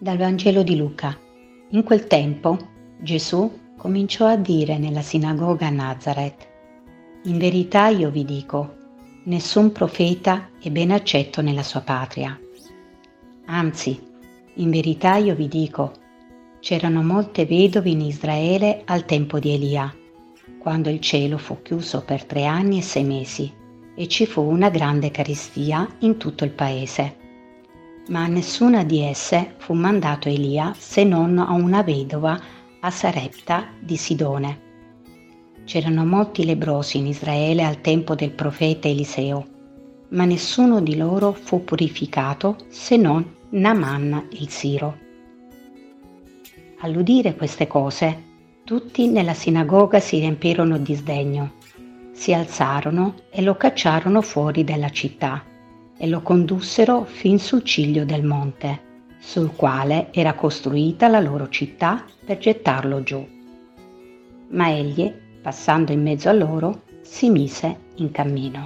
Dal Vangelo di Luca. In quel tempo Gesù cominciò a dire nella sinagoga a Nazaret: In verità io vi dico, nessun profeta è ben accetto nella sua patria. Anzi, in verità io vi dico, c'erano molte vedove in Israele al tempo di Elia, quando il cielo fu chiuso per 3 anni e 6 mesi e ci fu una grande carestia in tutto il paese. Ma a nessuna di esse fu mandato Elia se non a una vedova a Sarepta di Sidone. C'erano molti lebbrosi in Israele al tempo del profeta Eliseo, ma nessuno di loro fu purificato se non Naaman il Siro. All'udire queste cose, tutti nella sinagoga si riempirono di sdegno, si alzarono e lo cacciarono fuori dalla città e lo condussero fin sul ciglio del monte, sul quale era costruita la loro città, per gettarlo giù. Ma egli, passando in mezzo a loro, si mise in cammino.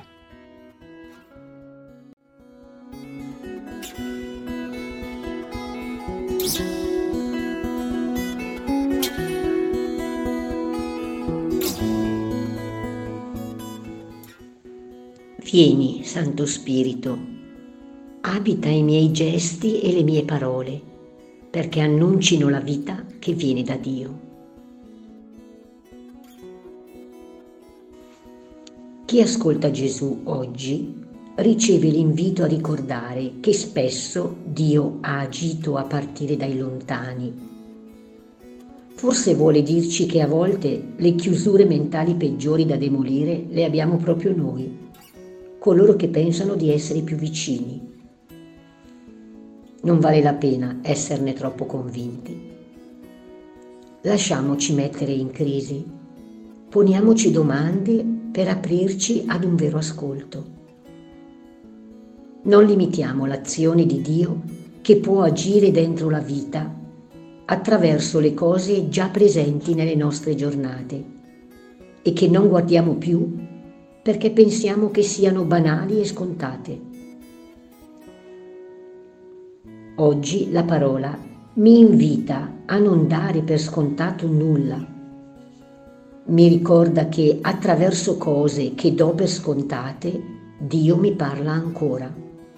Vieni, Santo Spirito, abita i miei gesti e le mie parole, perché annuncino la vita che viene da Dio. Chi ascolta Gesù oggi riceve l'invito a ricordare che spesso Dio ha agito a partire dai lontani. Forse vuole dirci che a volte le chiusure mentali peggiori da demolire le abbiamo proprio noi, coloro che pensano di essere più vicini. Non vale la pena esserne troppo convinti. Lasciamoci mettere in crisi, poniamoci domande per aprirci ad un vero ascolto. Non limitiamo l'azione di Dio che può agire dentro la vita attraverso le cose già presenti nelle nostre giornate e che non guardiamo più perché pensiamo che siano banali e scontate. Oggi la parola mi invita a non dare per scontato nulla. Mi ricorda che attraverso cose che do per scontate, Dio mi parla ancora.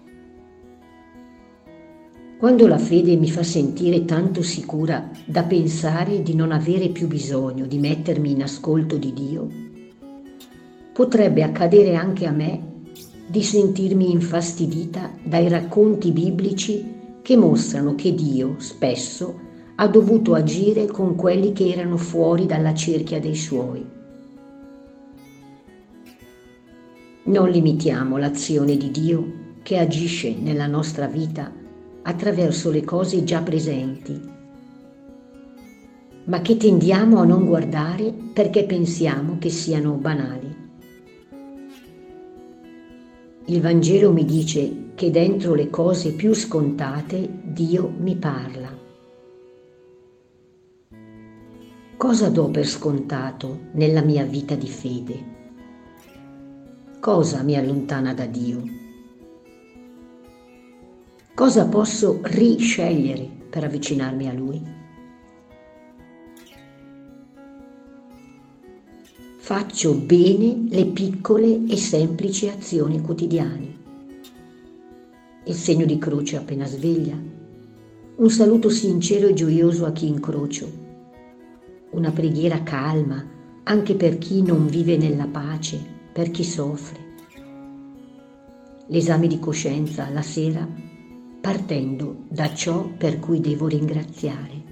Quando la fede mi fa sentire tanto sicura da pensare di non avere più bisogno di mettermi in ascolto di Dio, potrebbe accadere anche a me di sentirmi infastidita dai racconti biblici che mostrano che Dio spesso ha dovuto agire con quelli che erano fuori dalla cerchia dei suoi. Non limitiamo l'azione di Dio che agisce nella nostra vita attraverso le cose già presenti, ma che tendiamo a non guardare perché pensiamo che siano banali. Il Vangelo mi dice che dentro le cose più scontate Dio mi parla. Cosa do per scontato nella mia vita di fede? Cosa mi allontana da Dio? Cosa posso riscegliere per avvicinarmi a Lui? Faccio bene le piccole e semplici azioni quotidiane. Il segno di croce appena sveglia, un saluto sincero e gioioso a chi incrocio, una preghiera calma anche per chi non vive nella pace, per chi soffre. L'esame di coscienza alla sera partendo da ciò per cui devo ringraziare.